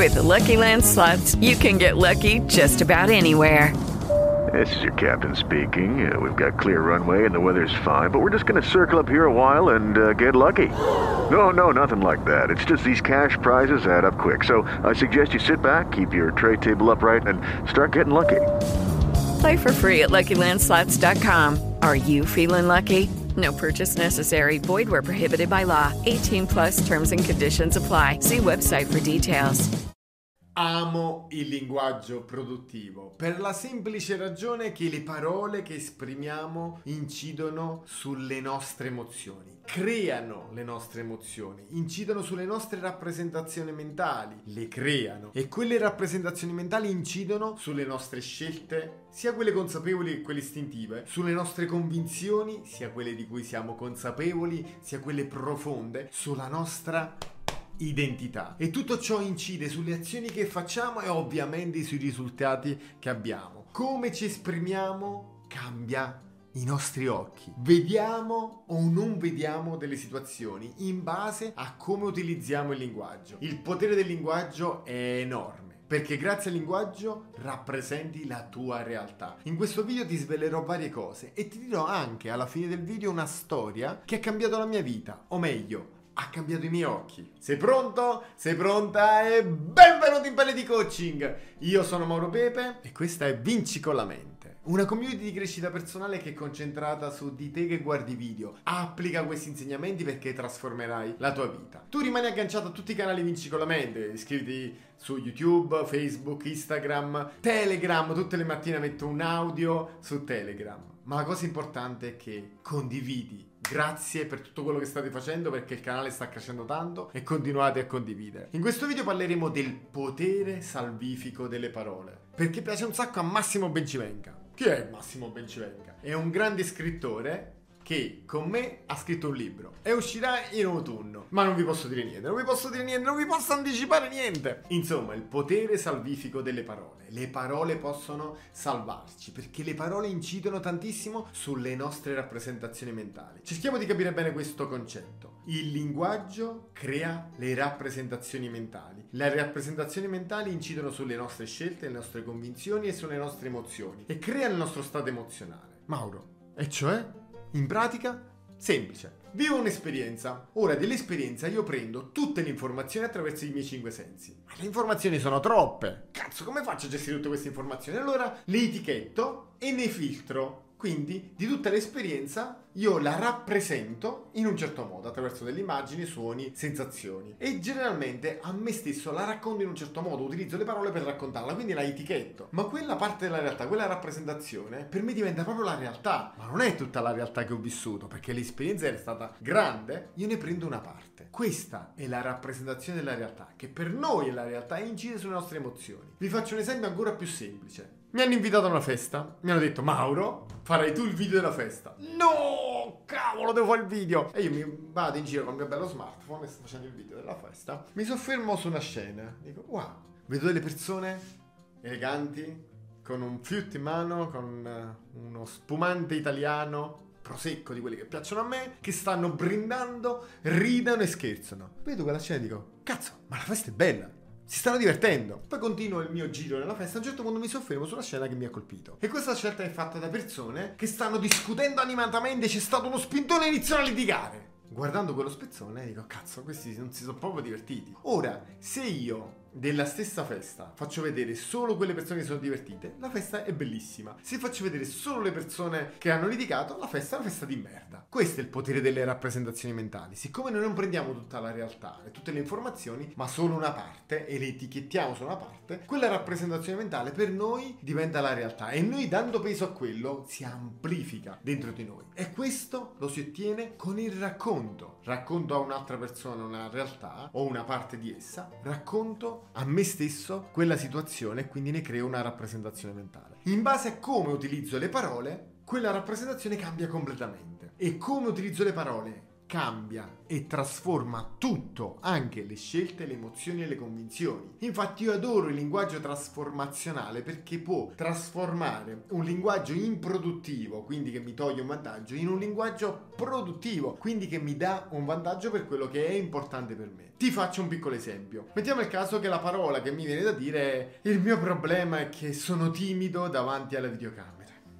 With the Lucky Land Slots, you can get lucky just about anywhere. This is your captain speaking. We've got clear runway and the weather's fine, but we're just going to circle up here a while and get lucky. No, nothing like that. It's just these cash prizes add up quick. So I suggest you sit back, keep your tray table upright, and start getting lucky. Play for free at LuckyLandSlots.com. Are you feeling lucky? No purchase necessary. Void where prohibited by law. 18 plus terms and conditions apply. See website for details. Amo il linguaggio produttivo per la semplice ragione che le parole che esprimiamo incidono sulle nostre emozioni, creano le nostre emozioni, incidono sulle nostre rappresentazioni mentali, le creano, e quelle rappresentazioni mentali incidono sulle nostre scelte, sia quelle consapevoli che quelle istintive, sulle nostre convinzioni, sia quelle di cui siamo consapevoli, sia quelle profonde, sulla nostra identità. E tutto ciò incide sulle azioni che facciamo e ovviamente sui risultati che abbiamo. Come ci esprimiamo cambia i nostri occhi. Vediamo o non vediamo delle situazioni in base a come utilizziamo il linguaggio. Il potere del linguaggio è enorme, perché grazie al linguaggio rappresenti la tua realtà. In questo video ti svelerò varie cose e ti dirò anche alla fine del video una storia che ha cambiato la mia vita, o meglio, ha cambiato i miei occhi. Sei pronto? Sei pronta? E benvenuti in Pelle di Coaching! Io sono Mauro Pepe e questa è Vinci con la mente, una community di crescita personale che è concentrata su di te che guardi video. Applica questi insegnamenti perché trasformerai la tua vita. Tu rimani agganciato a tutti i canali Vinci con la mente, iscriviti su YouTube, Facebook, Instagram, Telegram. Tutte le mattine metto un audio su Telegram. Ma la cosa importante è che condividi. Grazie per tutto quello che state facendo, perché il canale sta crescendo tanto e continuate a condividere. In questo video parleremo del potere salvifico delle parole, perché piace un sacco a Massimo Bencivenga. Chi è Massimo Bencivenga? È un grande scrittore che con me ha scritto un libro e uscirà in autunno, ma non vi posso dire niente, non vi posso anticipare niente. Insomma, il potere salvifico delle parole. Le parole possono salvarci perché le parole incidono tantissimo sulle nostre rappresentazioni mentali. Cerchiamo di capire bene questo concetto. Il linguaggio crea le rappresentazioni mentali. Le rappresentazioni mentali incidono sulle nostre scelte, le nostre convinzioni e sulle nostre emozioni e creano il nostro stato emozionale. Mauro, e cioè? In pratica, semplice. Vivo un'esperienza. Ora, dell'esperienza io prendo tutte le informazioni attraverso i miei 5 sensi. Ma le informazioni sono troppe. Cazzo, come faccio a gestire tutte queste informazioni? Allora le etichetto e ne filtro. Quindi, di tutta l'esperienza, io la rappresento in un certo modo, attraverso delle immagini, suoni, sensazioni. E generalmente a me stesso la racconto in un certo modo, utilizzo le parole per raccontarla, quindi la etichetto. Ma quella parte della realtà, quella rappresentazione, per me diventa proprio la realtà. Ma non è tutta la realtà che ho vissuto, perché l'esperienza era stata grande, io ne prendo una parte. Questa è la rappresentazione della realtà, che per noi è la realtà e incide sulle nostre emozioni. Vi faccio un esempio ancora più semplice. Mi hanno invitato a una festa, mi hanno detto: Mauro, farai tu il video della festa. No, cavolo, devo fare il video. E io mi vado in giro con il mio bello smartphone e sto facendo il video della festa. Mi soffermo su una scena, dico: wow, vedo delle persone eleganti, con un fiuto in mano, con uno spumante italiano, prosecco di quelli che piacciono a me, che stanno brindando, ridano e scherzano. Vedo quella scena e dico: cazzo, ma la festa è bella, si stanno divertendo. Poi continuo il mio giro nella festa. A un certo punto mi soffermo sulla scena che mi ha colpito, e questa scelta è fatta da persone che stanno discutendo animatamente. C'è stato uno spintone e iniziano a litigare. Guardando quello spezzone dico: cazzo, questi non si sono proprio divertiti. Ora, se io della stessa festa faccio vedere solo quelle persone che sono divertite, la festa è bellissima. Se faccio vedere solo le persone che hanno litigato, la festa è una festa di merda. Questo è il potere delle rappresentazioni mentali. Siccome noi non prendiamo tutta la realtà e tutte le informazioni, ma solo una parte, e le etichettiamo su una parte, quella rappresentazione mentale per noi diventa la realtà, e noi, dando peso a quello, si amplifica dentro di noi. E questo lo si ottiene con il racconto. Racconto a un'altra persona una realtà o una parte di essa, racconto a me stesso quella situazione e quindi ne creo una rappresentazione mentale. In base a come utilizzo le parole, quella rappresentazione cambia completamente. E come utilizzo le parole cambia e trasforma tutto, anche le scelte, le emozioni e le convinzioni. Infatti io adoro il linguaggio trasformazionale perché può trasformare un linguaggio improduttivo, quindi che mi toglie un vantaggio, in un linguaggio produttivo, quindi che mi dà un vantaggio per quello che è importante per me. Ti faccio un piccolo esempio. Mettiamo il caso che la parola che mi viene da dire è: il mio problema è che sono timido davanti alla videocamera.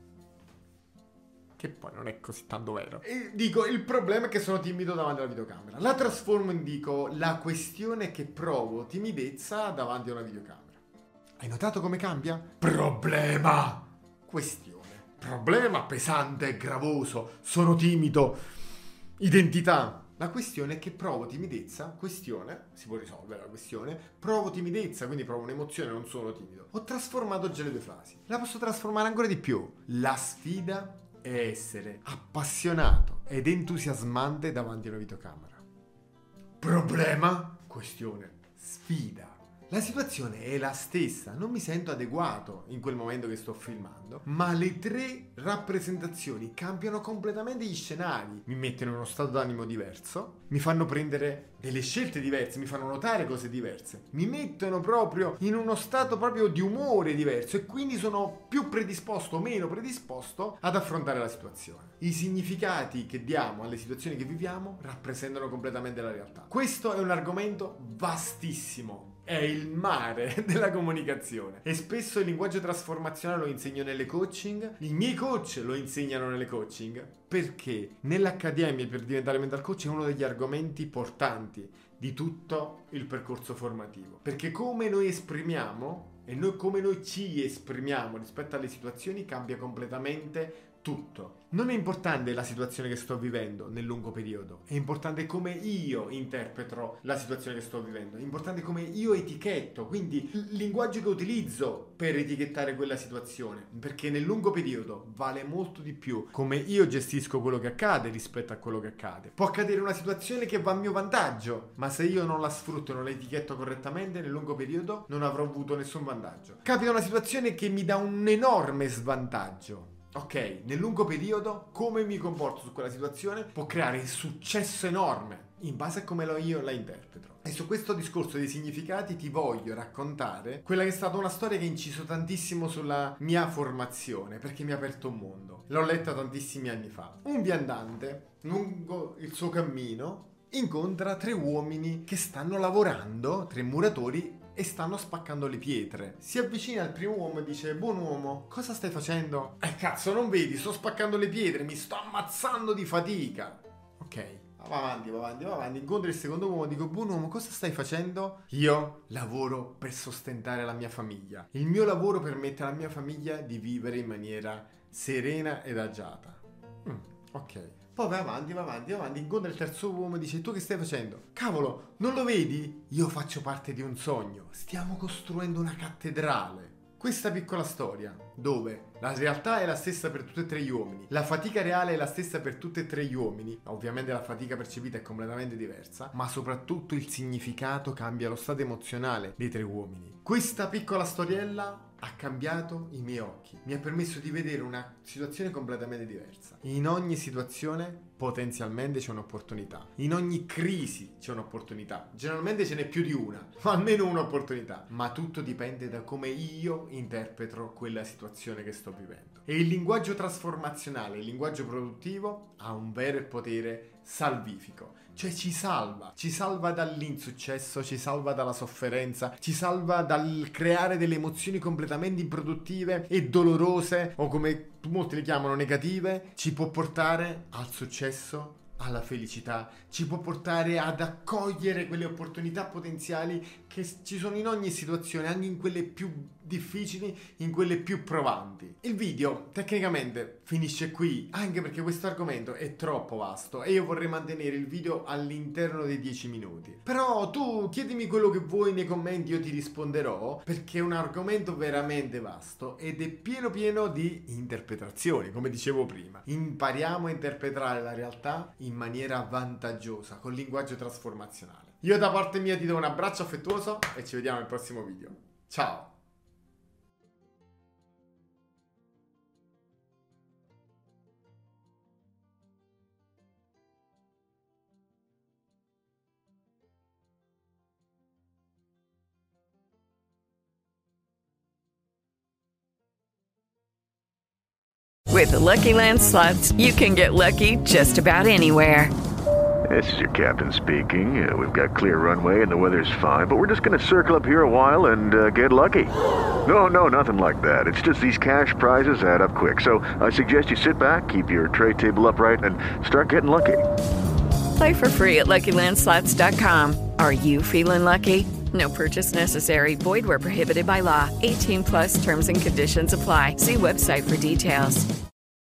Che poi non è così tanto vero. E dico, il problema è che sono timido davanti alla videocamera. La trasformo in dico, la questione è che provo timidezza davanti a una videocamera. Hai notato come cambia? Problema! Questione. Problema pesante e gravoso. Sono timido. Identità. La questione è che provo timidezza, questione, si può risolvere la questione, provo timidezza, quindi provo un'emozione, non sono timido. Ho trasformato già le due frasi. La posso trasformare ancora di più. La sfida è essere appassionato ed entusiasmante davanti a una videocamera. Problema? Questione. Sfida. La situazione è la stessa, non mi sento adeguato in quel momento che sto filmando, ma le tre rappresentazioni cambiano completamente gli scenari, mi mettono in uno stato d'animo diverso, mi fanno prendere delle scelte diverse, mi fanno notare cose diverse, mi mettono proprio in uno stato proprio di umore diverso e quindi sono più predisposto o meno predisposto ad affrontare la situazione. I significati che diamo alle situazioni che viviamo rappresentano completamente la realtà. Questo è un argomento vastissimo. È il mare della comunicazione e spesso il linguaggio trasformazionale lo insegno nelle coaching, i miei coach lo insegnano nelle coaching perché nell'accademia per diventare mental coach è uno degli argomenti portanti di tutto il percorso formativo, perché come noi esprimiamo e come noi ci esprimiamo rispetto alle situazioni cambia completamente tutto. Non è importante la situazione che sto vivendo nel lungo periodo, è importante come io interpreto la situazione che sto vivendo, è importante come io etichetto, quindi il linguaggio che utilizzo per etichettare quella situazione, perché nel lungo periodo vale molto di più come io gestisco quello che accade rispetto a quello che accade. Può accadere una situazione che va a mio vantaggio, ma se io non la sfrutto e non la etichetto correttamente nel lungo periodo non avrò avuto nessun vantaggio. Capita una situazione che mi dà un enorme svantaggio. Ok, nel lungo periodo come mi comporto su quella situazione può creare successo enorme in base a come io la interpreto. E su questo discorso dei significati ti voglio raccontare quella che è stata una storia che ha inciso tantissimo sulla mia formazione, perché mi ha aperto un mondo. L'ho letta tantissimi anni fa. Un viandante, lungo il suo cammino, incontra tre uomini che stanno lavorando, tre muratori, e stanno spaccando le pietre. Si avvicina al primo uomo e dice: buon uomo, cosa stai facendo? Cazzo, non vedi? Sto spaccando le pietre, mi sto ammazzando di fatica. Ok, va avanti. Incontro il secondo uomo e dico: buon uomo, cosa stai facendo? Io lavoro per sostentare la mia famiglia. Il mio lavoro permette alla mia famiglia di vivere in maniera serena ed agiata. Ok. Poi va avanti, incontra il terzo uomo e dice: tu che stai facendo? Cavolo, non lo vedi? Io faccio parte di un sogno, stiamo costruendo una cattedrale. Questa piccola storia, dove la realtà è la stessa per tutti e tre gli uomini, la fatica reale è la stessa per tutti e tre gli uomini, ovviamente la fatica percepita è completamente diversa, ma soprattutto il significato cambia lo stato emozionale dei tre uomini. Questa piccola storiella ha cambiato i miei occhi, mi ha permesso di vedere una situazione completamente diversa. In ogni situazione potenzialmente c'è un'opportunità, in ogni crisi c'è un'opportunità, generalmente ce n'è più di una, ma almeno un'opportunità, ma tutto dipende da come io interpreto quella situazione che sto vivendo. E il linguaggio trasformazionale, il linguaggio produttivo ha un vero potere salvifico, cioè ci salva dall'insuccesso, ci salva dalla sofferenza, ci salva dal creare delle emozioni completamente improduttive e dolorose, o come molti le chiamano negative, ci può portare al successo, alla felicità, ci può portare ad accogliere quelle opportunità potenziali che ci sono in ogni situazione, anche in quelle più difficili, in quelle più provanti. Il video tecnicamente finisce qui, anche perché questo argomento è troppo vasto e io vorrei mantenere il video all'interno dei 10 minuti. Però tu chiedimi quello che vuoi nei commenti, io ti risponderò, perché è un argomento veramente vasto ed è pieno di interpretazioni, come dicevo prima. Impariamo a interpretare la realtà in maniera vantaggiosa, con linguaggio trasformazionale. Io da parte mia ti do un abbraccio affettuoso e ci vediamo al prossimo video. Ciao! With the Lucky Land Slots, you can get lucky just about anywhere. This is your captain speaking. We've got clear runway and the weather's fine, but we're just going to circle up here a while and get lucky. No, nothing like that. It's just these cash prizes add up quick. So I suggest you sit back, keep your tray table upright, and start getting lucky. Play for free at LuckyLandSlots.com. Are you feeling lucky? No purchase necessary. Void where prohibited by law. 18+ terms and conditions apply. See website for details.